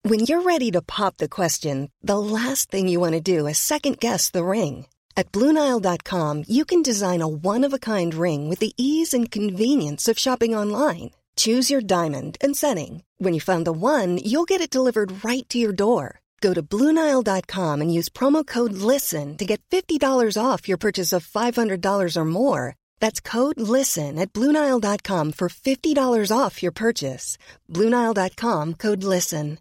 When you're ready to pop the question, the last thing you want to do is second-guess the ring. At BlueNile.com, you can design a one-of-a-kind ring with the ease and convenience of shopping online. Choose your diamond and setting. When you find the one, you'll get it delivered right to your door. Go to BlueNile.com and use promo code LISTEN to get $50 off your purchase of $500 or more. That's code LISTEN at BlueNile.com for $50 off your purchase. BlueNile.com, code LISTEN.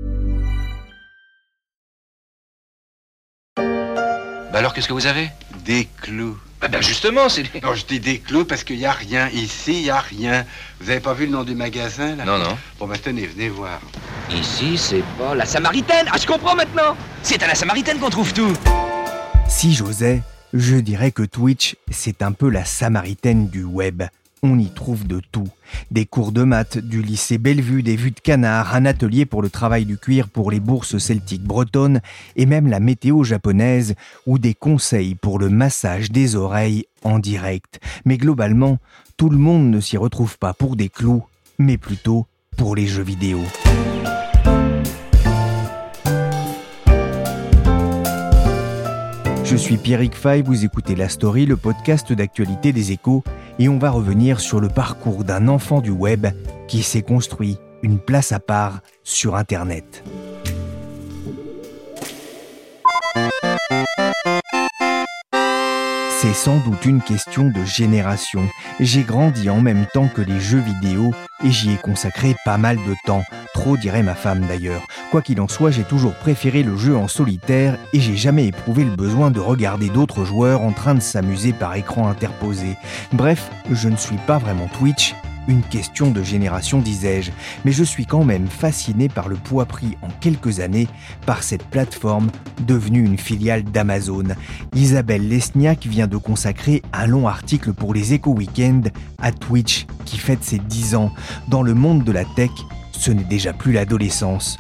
Bah alors, qu'est-ce que vous avez ? Des clous. Ben justement, c'est... Non, je dis des clous parce qu'il n'y a rien. Ici, il n'y a rien. Vous avez pas vu le nom du magasin, là ? Non. Bon, bah tenez, venez voir. Ici, c'est pas la Samaritaine. Ah, je comprends maintenant. C'est à la Samaritaine qu'on trouve tout. Si j'osais, je dirais que Twitch, c'est un peu la Samaritaine du web. On y trouve de tout. Des cours de maths du lycée Bellevue, des vues de canard, un atelier pour le travail du cuir pour les bourses celtiques bretonnes et même la météo japonaise ou des conseils pour le massage des oreilles en direct. Mais globalement, tout le monde ne s'y retrouve pas pour des clous, mais plutôt pour les jeux vidéo. Je suis Pierrick Fay, vous écoutez La Story, le podcast d'actualité des Échos, et on va revenir sur le parcours d'un enfant du web qui s'est construit une place à part sur Internet. C'est sans doute une question de génération. J'ai grandi en même temps que les jeux vidéo et j'y ai consacré pas mal de temps. Trop dirait ma femme d'ailleurs. Quoi qu'il en soit, j'ai toujours préféré le jeu en solitaire et j'ai jamais éprouvé le besoin de regarder d'autres joueurs en train de s'amuser par écran interposé. Bref, je ne suis pas vraiment Twitch. Une question de génération, disais-je, mais je suis quand même fasciné par le poids pris en quelques années par cette plateforme devenue une filiale d'Amazon. Isabelle Lesniak vient de consacrer un long article pour les Échos Weekend à Twitch, qui fête ses 10 ans. Dans le monde de la tech, ce n'est déjà plus l'adolescence.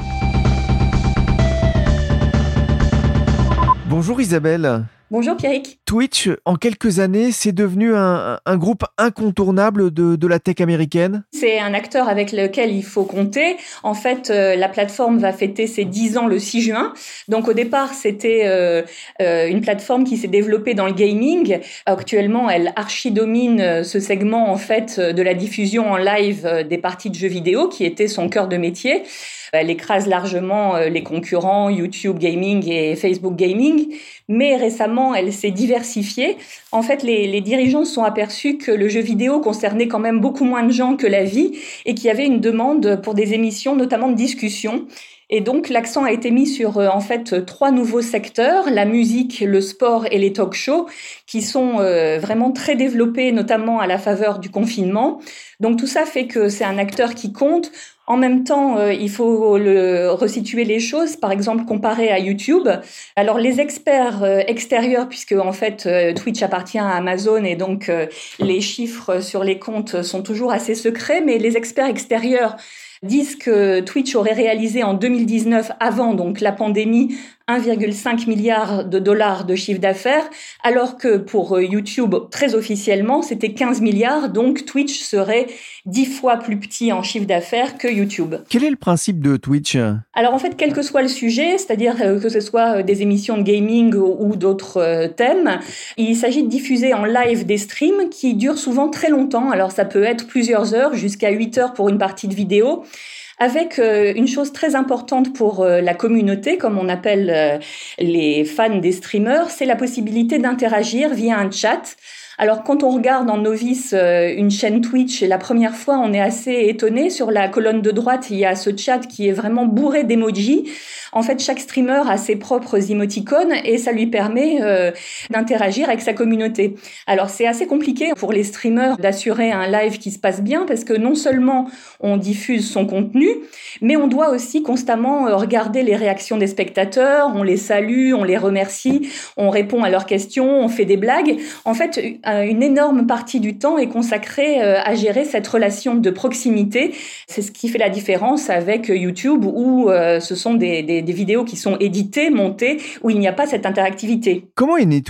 Bonjour Isabelle. Bonjour Pierrick. Twitch, en quelques années, c'est devenu un groupe incontournable de la tech américaine. C'est un acteur avec lequel il faut compter. En fait, la plateforme va fêter ses 10 ans le 6 juin. Donc au départ, c'était une plateforme qui s'est développée dans le gaming. Actuellement, elle archidomine ce segment en fait de la diffusion en live des parties de jeux vidéo qui était son cœur de métier. Elle écrase largement les concurrents YouTube Gaming et Facebook Gaming, mais récemment, elle s'est diversifiée. En fait, les dirigeants se sont aperçus que le jeu vidéo concernait quand même beaucoup moins de gens que la vie et qu'il y avait une demande pour des émissions, notamment de discussion. Et donc, l'accent a été mis sur, en fait, 3 nouveaux secteurs, la musique, le sport et les talk-shows, qui sont vraiment très développés, notamment à la faveur du confinement. Donc, tout ça fait que c'est un acteur qui compte. En même temps, il faut resituer les choses, par exemple comparé à YouTube. Alors les experts extérieurs, puisque en fait Twitch appartient à Amazon et donc les chiffres sur les comptes sont toujours assez secrets, mais les experts extérieurs disent que Twitch aurait réalisé en 2019, avant donc la pandémie, 1,5 milliard de dollars de chiffre d'affaires, alors que pour YouTube, très officiellement, c'était 15 milliards, donc Twitch serait 10 fois plus petit en chiffre d'affaires que YouTube. Quel est le principe de Twitch ? Alors en fait, quel que soit le sujet, c'est-à-dire que ce soit des émissions de gaming ou d'autres thèmes, il s'agit de diffuser en live des streams qui durent souvent très longtemps. Alors ça peut être plusieurs heures, jusqu'à 8 heures pour une partie de vidéo, avec une chose très importante pour la communauté, comme on appelle les fans des streamers, c'est la possibilité d'interagir via un chat. Alors, quand on regarde en novice une chaîne Twitch, et la première fois, on est assez étonné. Sur la colonne de droite, il y a ce chat qui est vraiment bourré d'emojis. En fait, chaque streamer a ses propres émoticônes et ça lui permet d'interagir avec sa communauté. Alors, c'est assez compliqué pour les streamers d'assurer un live qui se passe bien parce que non seulement on diffuse son contenu, mais on doit aussi constamment regarder les réactions des spectateurs, on les salue, on les remercie, on répond à leurs questions, on fait des blagues. En fait, une énorme partie du temps est consacrée à gérer cette relation de proximité. C'est ce qui fait la différence avec YouTube où ce sont des vidéos qui sont éditées, montées, où il n'y a pas cette interactivité. Comment est né Twitch ?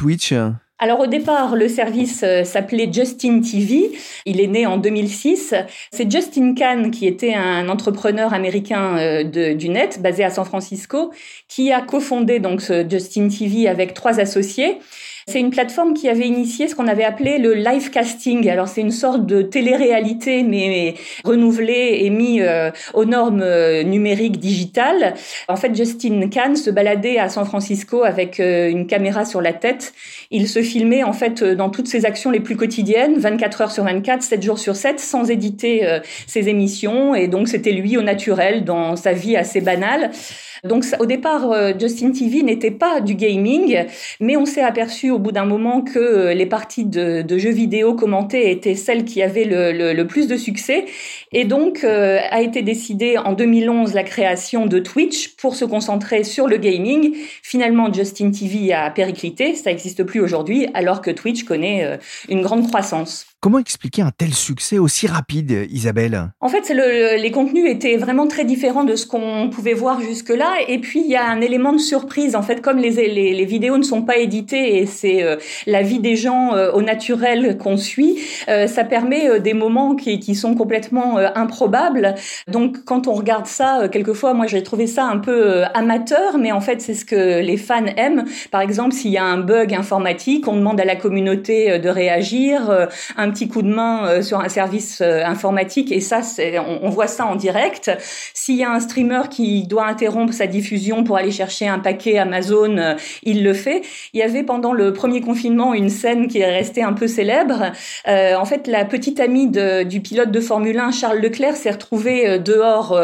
Alors au départ, le service s'appelait Justin TV. Il est né en 2006. C'est Justin Kan, qui était un entrepreneur américain du net, basé à San Francisco, qui a cofondé donc ce Justin TV avec 3 associés. C'est une plateforme qui avait initié ce qu'on avait appelé le live casting. Alors c'est une sorte de télé-réalité mais renouvelée et mis aux normes numériques digitales. En fait, Justin Kan se baladait à San Francisco avec une caméra sur la tête. Il se filmait en fait dans toutes ses actions les plus quotidiennes, 24 heures sur 24, 7 jours sur 7, sans éditer ses émissions. Et donc c'était lui au naturel dans sa vie assez banale. Donc au départ, Justin TV n'était pas du gaming, mais on s'est aperçu au bout d'un moment que les parties de jeux vidéo commentées étaient celles qui avaient le plus de succès. Et donc a été décidé en 2011 la création de Twitch pour se concentrer sur le gaming. Finalement, Justin TV a périclité, ça n'existe plus aujourd'hui, alors que Twitch connaît une grande croissance. Comment expliquer un tel succès aussi rapide, Isabelle ? En fait, les contenus étaient vraiment très différents de ce qu'on pouvait voir jusque-là. Et puis, il y a un élément de surprise. En fait, comme les vidéos ne sont pas éditées et c'est la vie des gens au naturel qu'on suit, ça permet des moments qui sont complètement improbables. Donc, quand on regarde ça, quelquefois, moi, j'ai trouvé ça un peu amateur, mais en fait, c'est ce que les fans aiment. Par exemple, s'il y a un bug informatique, on demande à la communauté de réagir, un petit coup de main sur un service informatique, et ça, on voit ça en direct. S'il y a un streamer qui doit interrompre sa diffusion pour aller chercher un paquet Amazon, il le fait. Il y avait pendant le premier confinement une scène qui est restée un peu célèbre. En fait, la petite amie du pilote de Formule 1, Charles Leclerc, s'est retrouvée dehors,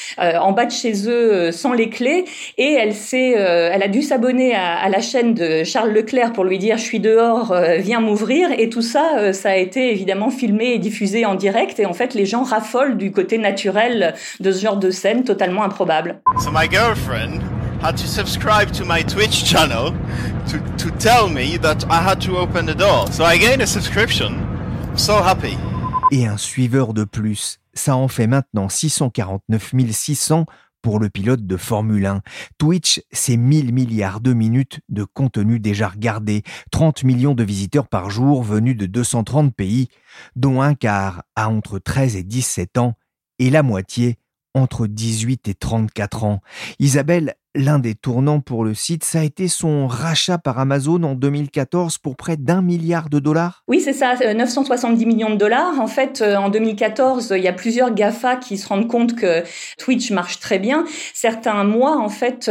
en bas de chez eux, sans les clés, et elle a dû s'abonner à la chaîne de Charles Leclerc pour lui dire « Je suis dehors, viens m'ouvrir », et tout ça, ça a été évidemment filmé et diffusé en direct, et en fait les gens raffolent du côté naturel de ce genre de scène totalement improbable. So my girlfriend had to subscribe to my Twitch channel to tell me that I had to open the door. So I gained a subscription. I'm so happy. Et un suiveur de plus, ça en fait maintenant 649 600 pour le pilote de Formule 1. Twitch, c'est 1000 milliards de minutes de contenu déjà regardé, 30 millions de visiteurs par jour venus de 230 pays, dont un quart a entre 13 et 17 ans et la moitié entre 18 et 34 ans. Isabelle, l'un des tournants pour le site, ça a été son rachat par Amazon en 2014 pour près d'$1 milliard. Oui, c'est ça, 970 millions de dollars. En fait, en 2014, il y a plusieurs GAFA qui se rendent compte que Twitch marche très bien. Certains mois, en fait,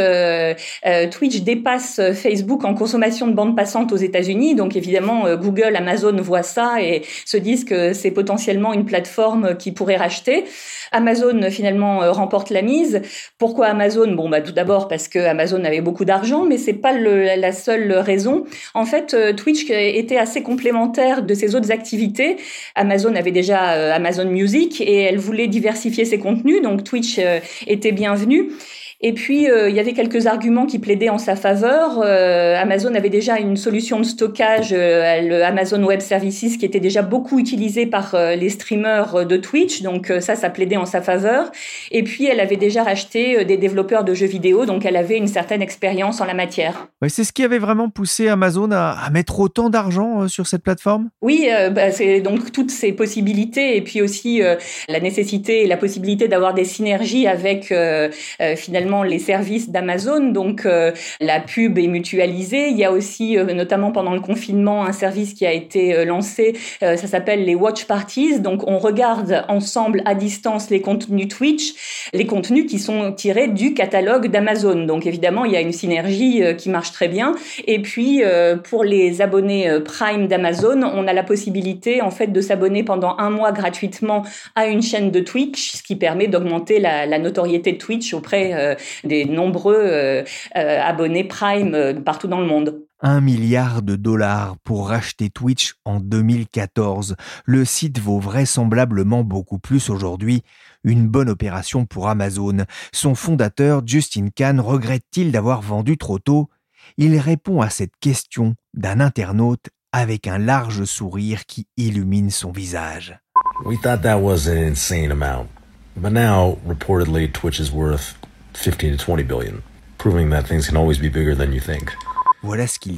Twitch dépasse Facebook en consommation de bande passante aux États-Unis. Donc évidemment, Google, Amazon voient ça et se disent que c'est potentiellement une plateforme qui pourrait racheter. Amazon, finalement, remporte la mise. Pourquoi Amazon ? Bon, tout d'abord parce que Amazon avait beaucoup d'argent, mais c'est pas la seule raison. En fait, Twitch était assez complémentaire de ses autres activités. Amazon avait déjà Amazon Music et elle voulait diversifier ses contenus, donc Twitch était bienvenu. Et puis, il y avait quelques arguments qui plaidaient en sa faveur. Amazon avait déjà une solution de stockage, le Amazon Web Services, qui était déjà beaucoup utilisé par les streamers de Twitch. Donc, ça plaidait en sa faveur. Et puis, elle avait déjà racheté des développeurs de jeux vidéo. Donc, elle avait une certaine expérience en la matière. Ouais, c'est ce qui avait vraiment poussé Amazon à mettre autant d'argent sur cette plateforme ? Oui, c'est donc toutes ces possibilités. Et puis aussi, la nécessité et la possibilité d'avoir des synergies avec, finalement, les services d'Amazon, donc la pub est mutualisée. Il y a aussi, notamment pendant le confinement, un service qui a été lancé, ça s'appelle les Watch Parties, donc on regarde ensemble à distance les contenus Twitch, les contenus qui sont tirés du catalogue d'Amazon. Donc évidemment, il y a une synergie qui marche très bien. Et puis, pour les abonnés Prime d'Amazon, on a la possibilité en fait de s'abonner pendant 1 mois gratuitement à une chaîne de Twitch, ce qui permet d'augmenter la notoriété de Twitch auprès des nombreux abonnés Prime partout dans le monde. $1 milliard pour racheter Twitch en 2014. Le site vaut vraisemblablement beaucoup plus aujourd'hui. Une bonne opération pour Amazon. Son fondateur, Justin Kan, regrette-t-il d'avoir vendu trop tôt ? Il répond à cette question d'un internaute avec un large sourire qui illumine son visage. We thought that was an insane amount. But now, reportedly, Twitch is worth 15 to 20 billion, proving that things can always be bigger than you think. Voilà ce qu'il dit.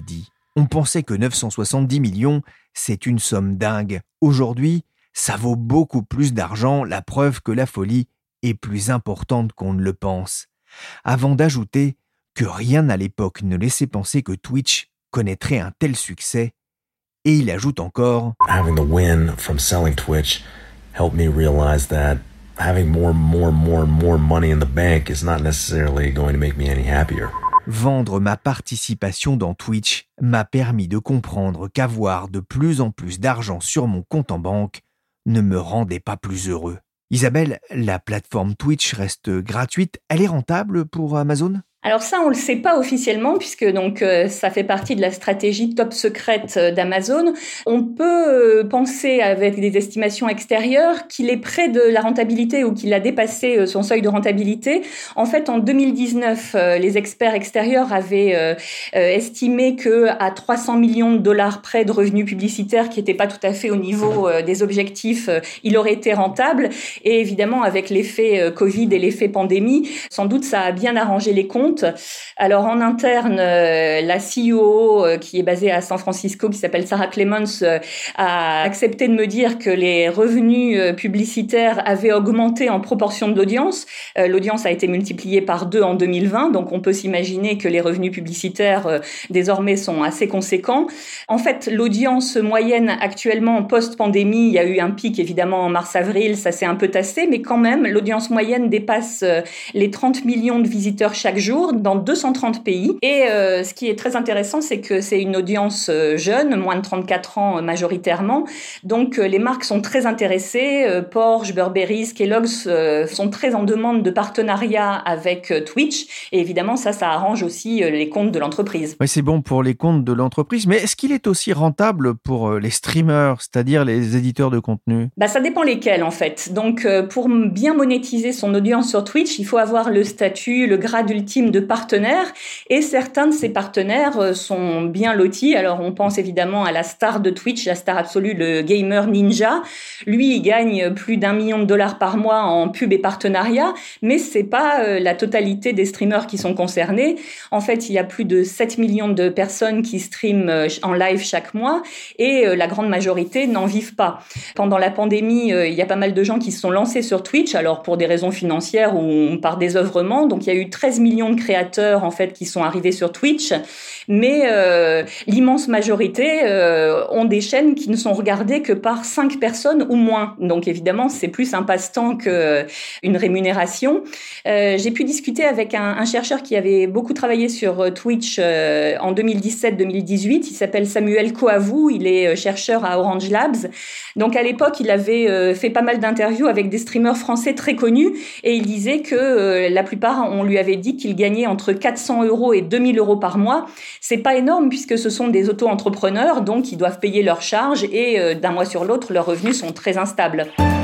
On pensait que 970 millions, c'est une somme dingue. Aujourd'hui, ça vaut beaucoup plus d'argent, la preuve que la folie est plus importante qu'on ne le pense. Avant d'ajouter que rien à l'époque ne laissait penser que Twitch connaîtrait un tel succès, et il ajoute encore « Having the win from selling Twitch helped me realize that having more money in the bank is not necessarily going to make me any happier. » Vendre ma participation dans Twitch m'a permis de comprendre qu'avoir de plus en plus d'argent sur mon compte en banque ne me rendait pas plus heureux. Isabelle, la plateforme Twitch reste gratuite. Elle est rentable pour Amazon ? Alors ça, on le sait pas officiellement puisque donc ça fait partie de la stratégie top secrète d'Amazon. On peut penser avec des estimations extérieures qu'il est près de la rentabilité ou qu'il a dépassé son seuil de rentabilité. En fait, en 2019, les experts extérieurs avaient estimé que à 300 millions de dollars près de revenus publicitaires qui n'étaient pas tout à fait au niveau des objectifs, il aurait été rentable. Et évidemment, avec l'effet Covid et l'effet pandémie, sans doute ça a bien arrangé les comptes. Alors en interne, la CEO qui est basée à San Francisco, qui s'appelle Sarah Clemons, a accepté de me dire que les revenus publicitaires avaient augmenté en proportion de l'audience. L'audience a été multipliée par 2 en 2020, donc on peut s'imaginer que les revenus publicitaires désormais sont assez conséquents. En fait, l'audience moyenne actuellement en post-pandémie, il y a eu un pic évidemment en mars-avril, ça s'est un peu tassé, mais quand même, l'audience moyenne dépasse les 30 millions de visiteurs chaque jour dans 230 pays. Et ce qui est très intéressant, c'est que c'est une audience jeune, moins de 34 ans majoritairement. Donc les marques sont très intéressées. Porsche, Burberry, Kellogg's sont très en demande de partenariat avec Twitch. Et évidemment, ça arrange aussi les comptes de l'entreprise. Oui, c'est bon pour les comptes de l'entreprise. Mais est-ce qu'il est aussi rentable pour les streamers, c'est-à-dire les éditeurs de contenu ? Ça dépend lesquels, en fait. Donc, pour bien monétiser son audience sur Twitch, il faut avoir le statut, le grade ultime de partenaire, et certains de ces partenaires sont bien lotis. Alors on pense évidemment à la star de Twitch, la star absolue, le gamer Ninja. Lui, il gagne plus d'1 million de dollars par mois en pub et partenariat, mais c'est pas la totalité des streamers qui sont concernés. En fait, il y a plus de 7 millions de personnes qui streament en live chaque mois, et la grande majorité n'en vivent pas. Pendant la pandémie, il y a pas mal de gens qui se sont lancés sur Twitch, alors pour des raisons financières ou par désœuvrement. Donc il y a eu 13 millions de créateurs en fait qui sont arrivés sur Twitch, mais l'immense majorité ont des chaînes qui ne sont regardées que par 5 personnes ou moins. Donc évidemment, c'est plus un passe-temps qu'une rémunération. J'ai pu discuter avec un chercheur qui avait beaucoup travaillé sur Twitch en 2017-2018. Il s'appelle Samuel Coavou, il est chercheur à Orange Labs. Donc à l'époque, il avait fait pas mal d'interviews avec des streamers français très connus, et il disait que la plupart, on lui avait dit qu'ils gagnaient entre 400 € et 2000 € par mois. C'est pas énorme puisque ce sont des auto-entrepreneurs, donc ils doivent payer leurs charges, et d'un mois sur l'autre, leurs revenus sont très instables.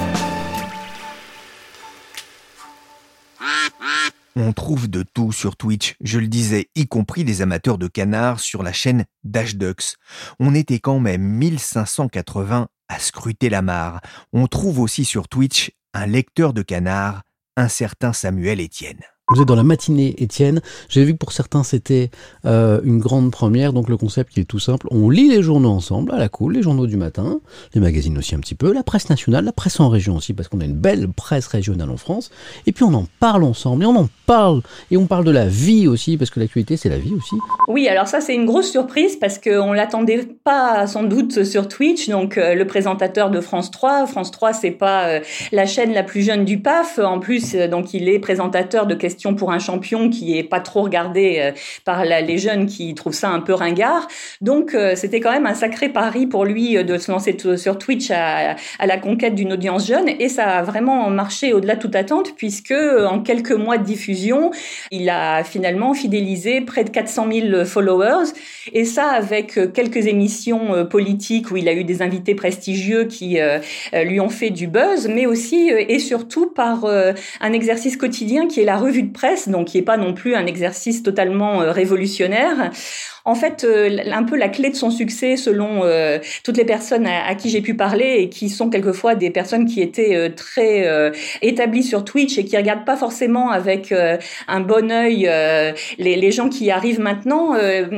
On trouve de tout sur Twitch, je le disais, y compris des amateurs de canards sur la chaîne Dash Ducks. On était quand même 1580 à scruter la mare. On trouve aussi sur Twitch un lecteur de canards, un certain Samuel Etienne. Vous êtes dans la matinée, Étienne. J'ai vu que pour certains, c'était une grande première. Donc le concept qui est tout simple. On lit les journaux ensemble, à la cool, les journaux du matin, les magazines aussi un petit peu, la presse nationale, la presse en région aussi, parce qu'on a une belle presse régionale en France. Et puis on en parle ensemble, et on en parle. Et on parle de la vie aussi, parce que l'actualité, c'est la vie aussi. Oui, alors ça, c'est une grosse surprise, parce qu'on ne l'attendait pas sans doute sur Twitch. Donc le présentateur de France 3. France 3, c'est pas la chaîne la plus jeune du PAF. En plus, donc il est présentateur de questions pour un champion qui est pas trop regardé par les jeunes qui trouvent ça un peu ringard. Donc c'était quand même un sacré pari pour lui de se lancer sur Twitch à la conquête d'une audience jeune, et ça a vraiment marché au-delà de toute attente, puisque en quelques mois de diffusion, il a finalement fidélisé près de 400 000 followers, et ça avec quelques émissions politiques où il a eu des invités prestigieux qui lui ont fait du buzz, mais aussi et surtout par un exercice quotidien qui est la revue de presse, donc qui n'est pas non plus un exercice totalement révolutionnaire. En fait, un peu la clé de son succès, selon toutes les personnes à qui j'ai pu parler et qui sont quelquefois des personnes qui étaient très établies sur Twitch et qui regardent pas forcément avec un bon œil les gens qui arrivent maintenant.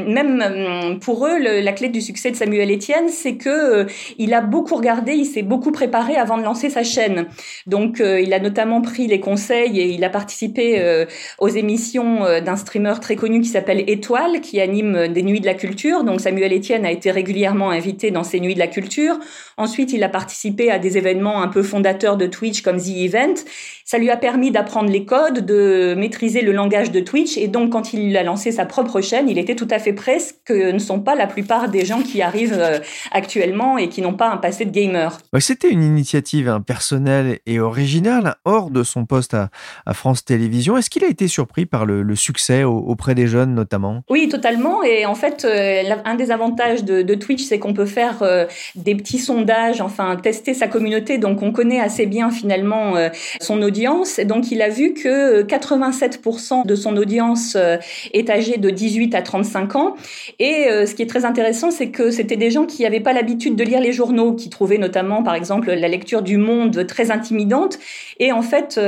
Même pour eux, la clé du succès de Samuel Etienne, c'est que il a beaucoup regardé, il s'est beaucoup préparé avant de lancer sa chaîne. Donc, il a notamment pris les conseils et il a participé aux émissions d'un streamer très connu qui s'appelle Étoile, qui anime des Nuits de la Culture. Donc, Samuel Etienne a été régulièrement invité dans ces Nuits de la Culture. Ensuite, il a participé à des événements un peu fondateurs de Twitch comme The Event. Ça lui a permis d'apprendre les codes, de maîtriser le langage de Twitch. Et donc, quand il a lancé sa propre chaîne, il était tout à fait prêt, ce que ne sont pas la plupart des gens qui arrivent actuellement et qui n'ont pas un passé de gamer. C'était une initiative personnelle et originale, hors de son poste à France Télévisions. Est-ce qu'il a été surpris par le succès auprès des jeunes, notamment ? Oui, totalement. Et en fait, un des avantages de Twitch, c'est qu'on peut faire des petits sondages, enfin, tester sa communauté. Donc, on connaît assez bien, finalement, son audience. Donc, il a vu que 87% de son audience est âgée de 18 à 35 ans. Et ce qui est très intéressant, c'est que c'était des gens qui n'avaient pas l'habitude de lire les journaux, qui trouvaient notamment, par exemple, la lecture du Monde très intimidante. Et en fait,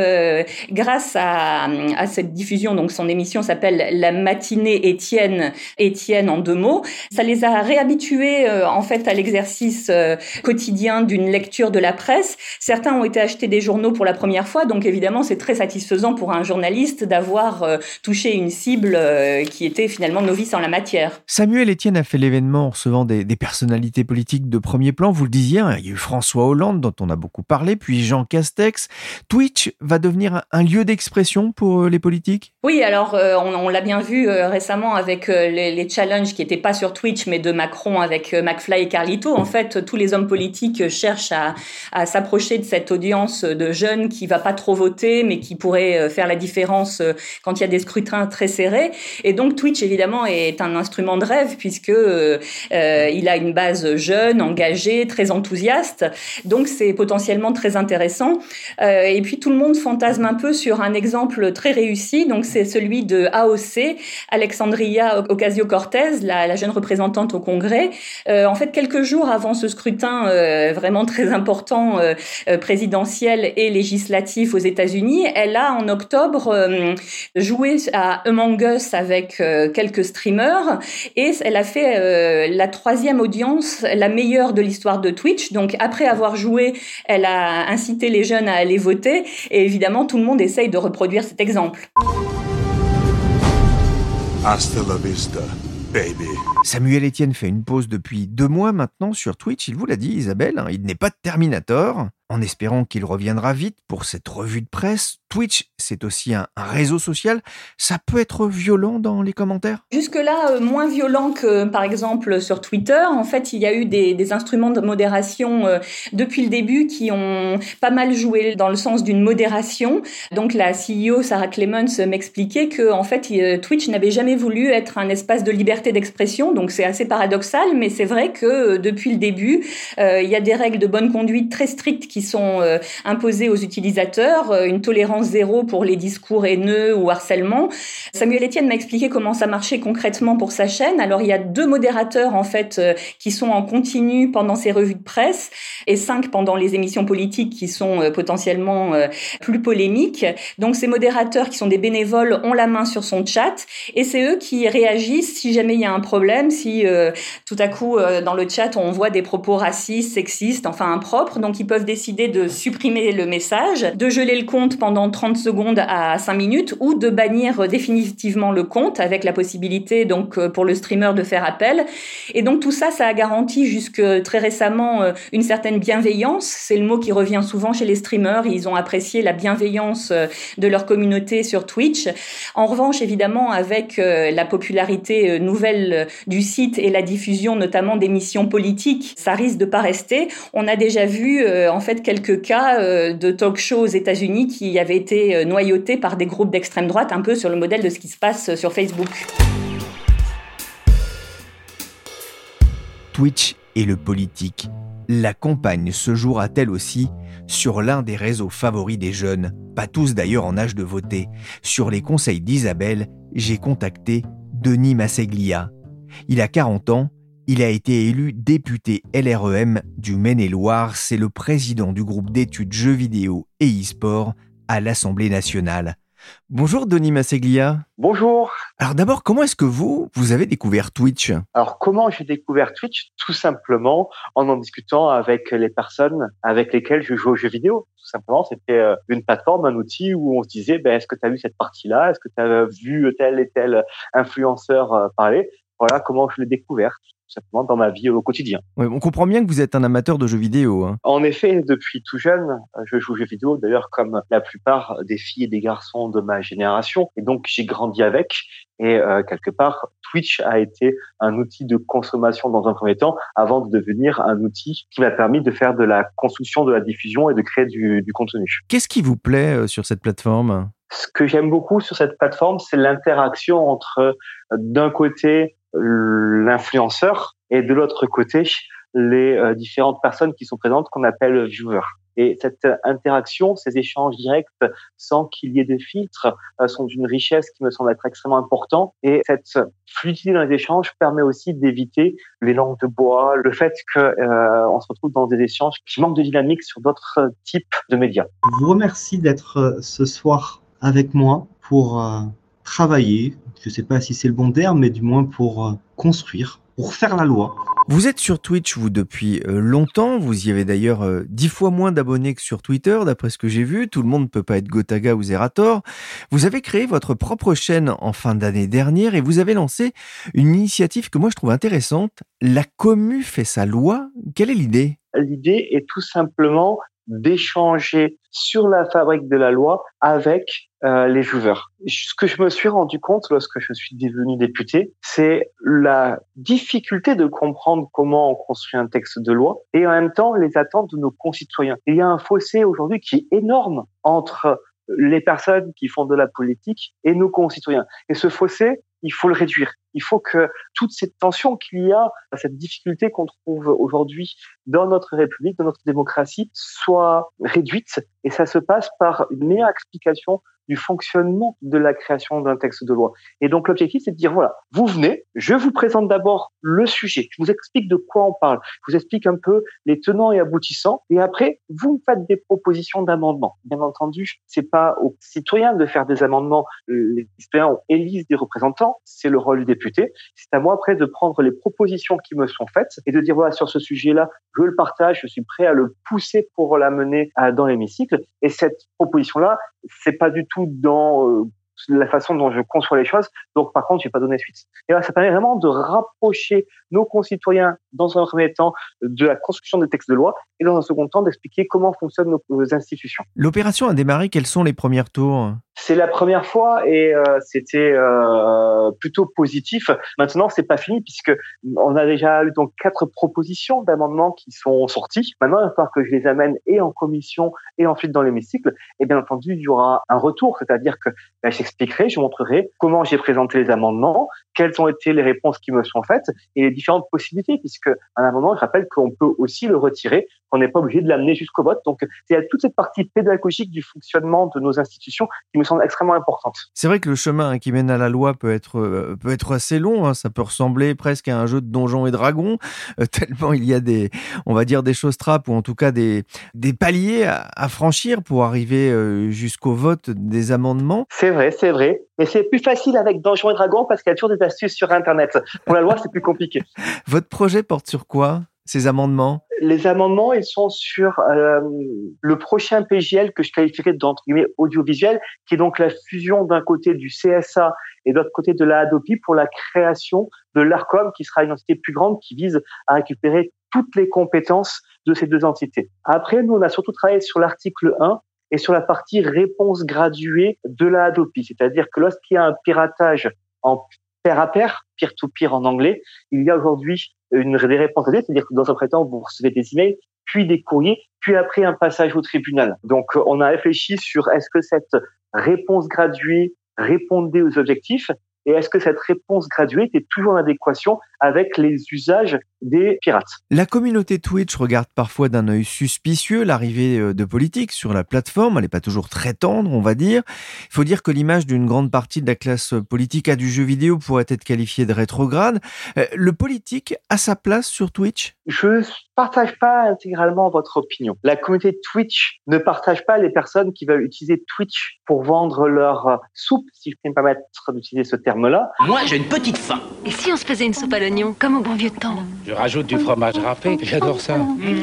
grâce à cette diffusion, donc son émission s'appelle La matinée Étienne en 2 mots, ça les a réhabitués en fait à l'exercice quotidien d'une lecture de la presse. Certains ont été achetés des journaux pour la première fois, donc évidemment c'est très satisfaisant pour un journaliste d'avoir touché une cible qui était finalement novice en la matière. Samuel Etienne a fait l'événement en recevant des personnalités politiques de premier plan, vous le disiez, il y a eu François Hollande dont on a beaucoup parlé, puis Jean Castex. Twitch va devenir un lieu d'expression pour les politiques ? Oui, alors on l'a bien vu récemment avec les challenges qui n'étaient pas sur Twitch mais de Macron avec McFly et Carlito. En fait, tous les hommes politiques cherchent à s'approcher de cette audience de jeunes qui va pas trop voter mais qui pourrait faire la différence quand il y a des scrutins très serrés. Et donc Twitch évidemment est un instrument de rêve puisque il a une base jeune, engagée, très enthousiaste. Donc c'est potentiellement très intéressant. Et puis tout le monde fantasme un peu sur un exemple très réussi. Donc c'est celui de AOC, Alexandria Ocasio-Cortez, la jeune représentante au Congrès. En fait, quelques jours avant ce scrutin vraiment très important présidentiel et législatif aux États-Unis, elle a en octobre joué à Among Us avec quelques streamers et elle a fait la 3e audience, la meilleure de l'histoire de Twitch. Donc après avoir joué, elle a incité les jeunes à aller voter et évidemment tout le monde essaye de reproduire cet exemple. Hasta la vista, baby. Samuel Etienne fait une pause depuis 2 mois maintenant sur Twitch. Il vous l'a dit, Isabelle, il n'est pas Terminator. En espérant qu'il reviendra vite pour cette revue de presse, Twitch, c'est aussi un réseau social. Ça peut être violent dans les commentaires ? Jusque-là, moins violent que, par exemple, sur Twitter. En fait, il y a eu des instruments de modération depuis le début qui ont pas mal joué dans le sens d'une modération. Donc, la CEO, Sarah Clemens, m'expliquait que, en fait, Twitch n'avait jamais voulu être un espace de liberté d'expression. Donc, c'est assez paradoxal, mais c'est vrai que depuis le début, il y a des règles de bonne conduite très strictes qui sont imposées aux utilisateurs, une tolérance zéro pour les discours haineux ou harcèlement. Samuel Etienne m'a expliqué comment ça marchait concrètement pour sa chaîne. Alors, il y a 2 modérateurs, en fait, qui sont en continu pendant ces revues de presse et 5 pendant les émissions politiques qui sont potentiellement plus polémiques. Donc, ces modérateurs qui sont des bénévoles ont la main sur son chat et c'est eux qui réagissent si jamais il y a un problème, si tout à coup, dans le chat, on voit des propos racistes, sexistes, enfin impropres. Donc, ils peuvent décider de supprimer le message, de geler le compte pendant 30 secondes à 5 minutes ou de bannir définitivement le compte avec la possibilité donc pour le streamer de faire appel. Et donc tout ça, ça a garanti jusque très récemment une certaine bienveillance. C'est le mot qui revient souvent chez les streamers. Ils ont apprécié la bienveillance de leur communauté sur Twitch. En revanche, évidemment, avec la popularité nouvelle du site et la diffusion notamment d'émissions politiques, ça risque de pas rester. On a déjà vu en fait quelques cas de talk-show aux États-Unis qui avaient été noyautés par des groupes d'extrême droite, un peu sur le modèle de ce qui se passe sur Facebook. Twitch et le politique. La campagne se jouera-t-elle aussi sur l'un des réseaux favoris des jeunes, pas tous d'ailleurs en âge de voter ? Sur les conseils d'Isabelle, j'ai contacté Denis Masseglia. Il a 40 ans, il a été élu député LREM du Maine-et-Loire, c'est le président du groupe d'études jeux vidéo et e-sport à l'Assemblée nationale. Bonjour Denis Masseglia. Bonjour. Alors d'abord, comment est-ce que vous avez découvert Twitch ? Alors comment j'ai découvert Twitch ? Tout simplement en discutant avec les personnes avec lesquelles je joue aux jeux vidéo. Tout simplement, c'était une plateforme, un outil où on se disait est-ce que tu as vu cette partie-là ? Est-ce que tu as vu tel et tel influenceur parler ? Voilà comment je l'ai découvert, tout simplement dans ma vie au quotidien. Ouais, on comprend bien que vous êtes un amateur de jeux vidéo. Hein. En effet, depuis tout jeune, je joue aux jeux vidéo, d'ailleurs comme la plupart des filles et des garçons de ma génération. Et donc, j'ai grandi avec. Et quelque part, Twitch a été un outil de consommation dans un premier temps, avant de devenir un outil qui m'a permis de faire de la construction, de la diffusion et de créer du contenu. Qu'est-ce qui vous plaît sur cette plateforme ? Ce que j'aime beaucoup sur cette plateforme, c'est l'interaction entre, d'un côté, l'influenceur et de l'autre côté, les différentes personnes qui sont présentes qu'on appelle viewers. Et cette interaction, ces échanges directs sans qu'il y ait de filtres sont d'une richesse qui me semble être extrêmement importante. Et cette fluidité dans les échanges permet aussi d'éviter les langues de bois, le fait on se retrouve dans des échanges qui manquent de dynamique sur d'autres types de médias. Je vous remercie d'être ce soir avec moi pour travailler. Je ne sais pas si c'est le bon terme, mais du moins pour construire, pour faire la loi. Vous êtes sur Twitch, vous, depuis longtemps. Vous y avez d'ailleurs 10 fois moins d'abonnés que sur Twitter, d'après ce que j'ai vu. Tout le monde ne peut pas être Gotaga ou Zerator. Vous avez créé votre propre chaîne en fin d'année dernière et vous avez lancé une initiative que moi je trouve intéressante. La commu fait sa loi. Quelle est l'idée ? L'idée est tout simplement d'échanger sur la fabrique de la loi avec les joueurs. Ce que je me suis rendu compte lorsque je suis devenu député, c'est la difficulté de comprendre comment on construit un texte de loi et en même temps les attentes de nos concitoyens. Il y a un fossé aujourd'hui qui est énorme entre les personnes qui font de la politique et nos concitoyens. Et ce fossé, il faut le réduire. Il faut que toute cette tension qu'il y a, cette difficulté qu'on trouve aujourd'hui dans notre République, dans notre démocratie, soit réduite. Et ça se passe par une meilleure explication du fonctionnement de la création d'un texte de loi. Et donc l'objectif, c'est de dire, voilà, vous venez, je vous présente d'abord le sujet, je vous explique de quoi on parle, je vous explique un peu les tenants et aboutissants, et après, vous me faites des propositions d'amendements. Bien entendu, c'est pas aux citoyens de faire des amendements, les citoyens élisent des représentants, c'est le rôle du député, c'est à moi après de prendre les propositions qui me sont faites et de dire, voilà, sur ce sujet-là, je le partage, je suis prêt à le pousser pour l'amener dans l'hémicycle, et cette proposition-là, c'est pas du tout dans la façon dont je conçois les choses. Donc, par contre, je vais pas donner suite. Et là, ça permet vraiment de rapprocher nos concitoyens, dans un premier temps, de la construction des textes de loi et dans un second temps, d'expliquer comment fonctionnent nos institutions. L'opération a démarré. Quels sont les premiers tours ? C'est la première fois et c'était plutôt positif. Maintenant, c'est pas fini puisque on a déjà eu donc 4 propositions d'amendements qui sont sorties. Maintenant, il va falloir que je les amène et en commission et ensuite dans l'hémicycle. Et bien entendu, il y aura un retour, c'est-à-dire que j'expliquerai, je montrerai comment j'ai présenté les amendements, quelles ont été les réponses qui me sont faites et les différentes possibilités, puisque un amendement, je rappelle qu'on peut aussi le retirer, qu'on n'est pas obligé de l'amener jusqu'au vote. Donc, c'est toute cette partie pédagogique du fonctionnement de nos institutions qui me semble extrêmement importante. C'est vrai que le chemin qui mène à la loi peut être assez long. Hein. Ça peut ressembler presque à un jeu de donjons et dragons, tellement il y a des choses trappes ou en tout cas des paliers à franchir pour arriver jusqu'au vote des amendements. C'est vrai. Mais c'est plus facile avec Donjons et Dragons parce qu'il y a toujours des astuces sur Internet. Pour la loi, c'est plus compliqué. Votre projet porte sur quoi ? Ces amendements ? Les amendements, ils sont sur le prochain PJL que je qualifierais d'entre guillemets audiovisuel, qui est donc la fusion d'un côté du CSA et de l'autre côté de la Hadopi pour la création de l'Arcom, qui sera une entité plus grande qui vise à récupérer toutes les compétences de ces deux entités. Après, nous, on a surtout travaillé sur l'article 1 et sur la partie réponse graduée de la Hadopi. C'est-à-dire que lorsqu'il y a un piratage en pair à pair, peer-to-peer en anglais, il y a aujourd'hui des réponses graduées, c'est-à-dire que dans un premier temps, vous recevez des emails, puis des courriers, puis après un passage au tribunal. Donc, on a réfléchi sur est-ce que cette réponse graduée répondait aux objectifs et est-ce que cette réponse graduée était toujours en adéquation avec les usages des pirates. La communauté Twitch regarde parfois d'un œil suspicieux l'arrivée de politiques sur la plateforme. Elle n'est pas toujours très tendre, on va dire. Il faut dire que l'image d'une grande partie de la classe politique du jeu vidéo pourrait être qualifiée de rétrograde. Le politique a sa place sur Twitch ? Je partage pas intégralement votre opinion. La communauté Twitch ne partage pas les personnes qui veulent utiliser Twitch pour vendre leur soupe, si je peux me permettre d'utiliser ce terme-là. Moi, j'ai une petite faim. Et si on se faisait une soupe à l'oignon, comme au bon vieux temps? Je rajoute du fromage râpé, j'adore ça.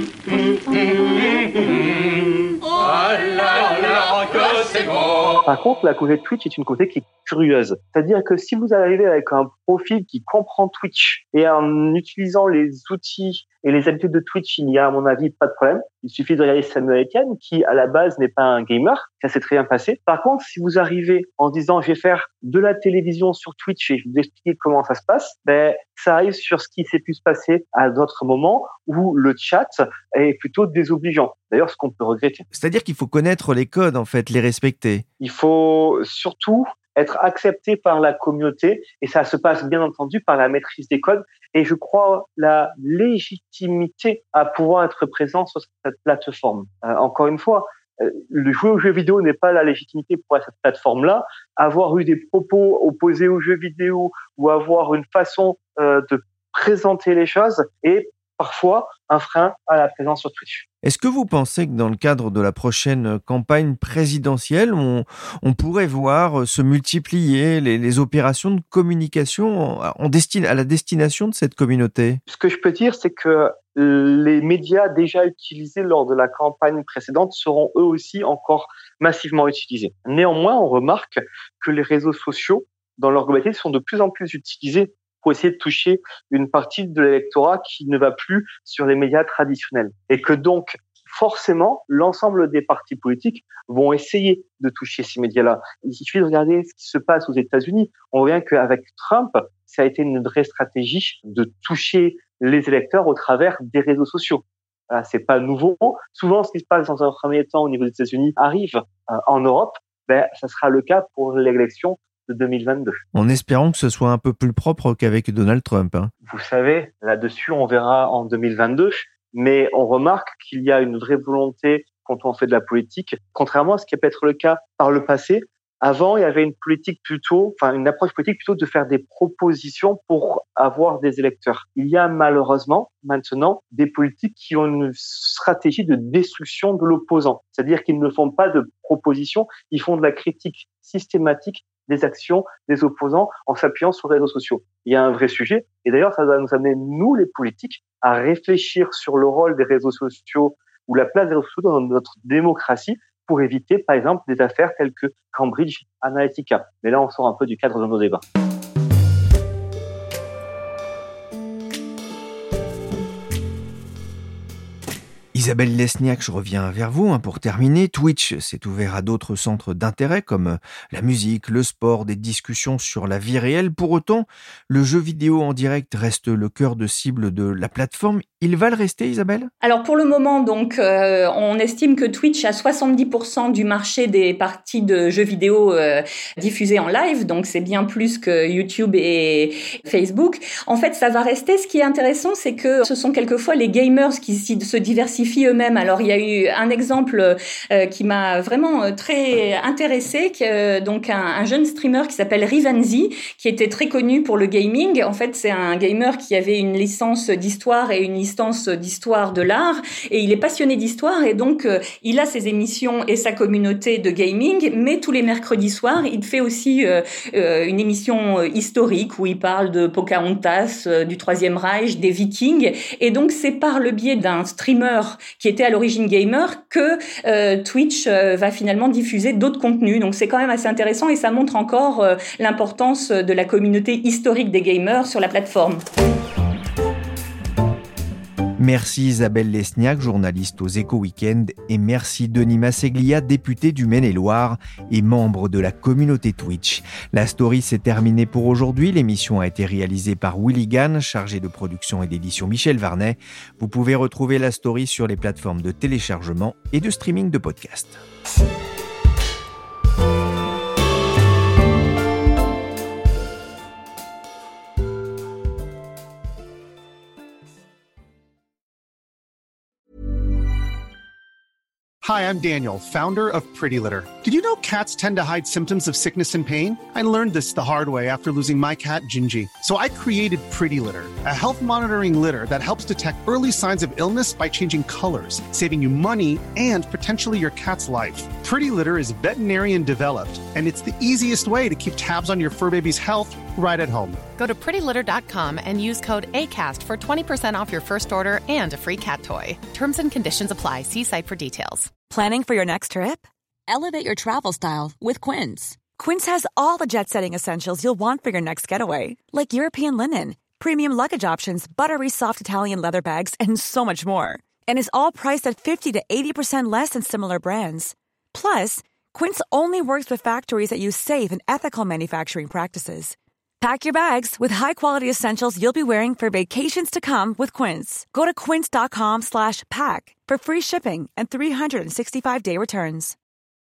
Par contre, la communauté Twitch est une communauté qui est curieuse. C'est-à-dire que si vous arrivez avec un profil qui comprend Twitch et en utilisant les outils et les habitudes de Twitch, il n'y a à mon avis pas de problème. Il suffit de regarder Samuel Etienne qui à la base n'est pas un gamer, ça s'est très bien passé. Par contre, si vous arrivez en disant je vais faire de la télévision sur Twitch et je vais vous expliquer comment ça se passe, ça arrive sur ce qui s'est pu se passer à d'autres moments où le chat est plutôt désobligeant. D'ailleurs, ce qu'on peut regretter. C'est-à-dire qu'il faut connaître les codes, en fait, les respecter. Il faut surtout être accepté par la communauté et ça se passe bien entendu par la maîtrise des codes et je crois la légitimité à pouvoir être présent sur cette plateforme. Encore une fois, le jouer aux jeux vidéo n'est pas la légitimité pour cette plateforme-là. Avoir eu des propos opposés aux jeux vidéo ou avoir une façon de présenter les choses est parfois un frein à la présence sur Twitch. Est-ce que vous pensez que dans le cadre de la prochaine campagne présidentielle, on pourrait voir se multiplier les opérations de communication à la destination de cette communauté ? Ce que je peux dire, c'est que les médias déjà utilisés lors de la campagne précédente seront eux aussi encore massivement utilisés. Néanmoins, on remarque que les réseaux sociaux, dans leur globalité, sont de plus en plus utilisés pour essayer de toucher une partie de l'électorat qui ne va plus sur les médias traditionnels. Et que donc, forcément, l'ensemble des partis politiques vont essayer de toucher ces médias-là. Il suffit de regarder ce qui se passe aux États-Unis. On voit bien qu'avec Trump, ça a été une vraie stratégie de toucher les électeurs au travers des réseaux sociaux. Voilà, c'est pas nouveau. Souvent, ce qui se passe dans un premier temps au niveau des États-Unis arrive en Europe. Ça sera le cas pour l'élection de 2022. En espérant que ce soit un peu plus propre qu'avec Donald Trump. Vous savez, là-dessus, on verra en 2022, mais on remarque qu'il y a une vraie volonté quand on fait de la politique, contrairement à ce qui a pu être le cas par le passé. Avant, il y avait une approche politique plutôt de faire des propositions pour avoir des électeurs. Il y a malheureusement maintenant des politiques qui ont une stratégie de destruction de l'opposant. C'est-à-dire qu'ils ne font pas de propositions, ils font de la critique systématique des actions des opposants en s'appuyant sur les réseaux sociaux. Il y a un vrai sujet, et d'ailleurs, ça va nous amener, nous, les politiques, à réfléchir sur le rôle des réseaux sociaux ou la place des réseaux sociaux dans notre démocratie pour éviter, par exemple, des affaires telles que Cambridge Analytica. Mais là, on sort un peu du cadre de nos débats. Isabelle Lesniak, je reviens vers vous pour terminer. Twitch s'est ouvert à d'autres centres d'intérêt comme la musique, le sport, des discussions sur la vie réelle. Pour autant, le jeu vidéo en direct reste le cœur de cible de la plateforme. Il va le rester, Isabelle ? Alors pour le moment, donc, on estime que Twitch a 70% du marché des parties de jeux vidéo diffusées en live, donc c'est bien plus que YouTube et Facebook. En fait, ça va rester. Ce qui est intéressant, c'est que ce sont quelquefois les gamers qui se diversifient eux-mêmes. Alors il y a eu un exemple qui m'a vraiment très intéressée, donc un jeune streamer qui s'appelle Rivanzi, qui était très connu pour le gaming. En fait, c'est un gamer qui avait une licence d'histoire et une licence d'histoire de l'art, et il est passionné d'histoire, et donc il a ses émissions et sa communauté de gaming, mais tous les mercredis soirs, il fait aussi une émission historique où il parle de Pocahontas, du Troisième Reich, des Vikings, et donc c'est par le biais d'un streamer qui était à l'origine gamer que Twitch va finalement diffuser d'autres contenus. Donc c'est quand même assez intéressant et ça montre encore l'importance de la communauté historique des gamers sur la plateforme. Merci Isabelle Lesniak, journaliste aux Échos Week-end, et merci Denis Masseglia, député du Maine-et-Loire et membre de la communauté Twitch. La story s'est terminée pour aujourd'hui. L'émission a été réalisée par Willy Gann, chargé de production et d'édition Michel Varnet. Vous pouvez retrouver la story sur les plateformes de téléchargement et de streaming de podcasts. Hi, I'm Daniel, founder of Pretty Litter. Did you know cats tend to hide symptoms of sickness and pain? I learned this the hard way after losing my cat, Gingy. So I created Pretty Litter, a health monitoring litter that helps detect early signs of illness by changing colors, saving you money and potentially your cat's life. Pretty Litter is veterinarian developed, and it's the easiest way to keep tabs on your fur baby's health right at home. Go to prettylitter.com and use code ACAST for 20% off your first order and a free cat toy. Terms and conditions apply. See site for details. Planning for your next trip? Elevate your travel style with Quince. Quince has all the jet-setting essentials you'll want for your next getaway, like European linen, premium luggage options, buttery soft Italian leather bags, and so much more. And is all priced at 50 to 80% less than similar brands. Plus, Quince only works with factories that use safe and ethical manufacturing practices. Pack your bags with high-quality essentials you'll be wearing for vacations to come with Quince. Go to quince.com/pack for free shipping and 365-day returns.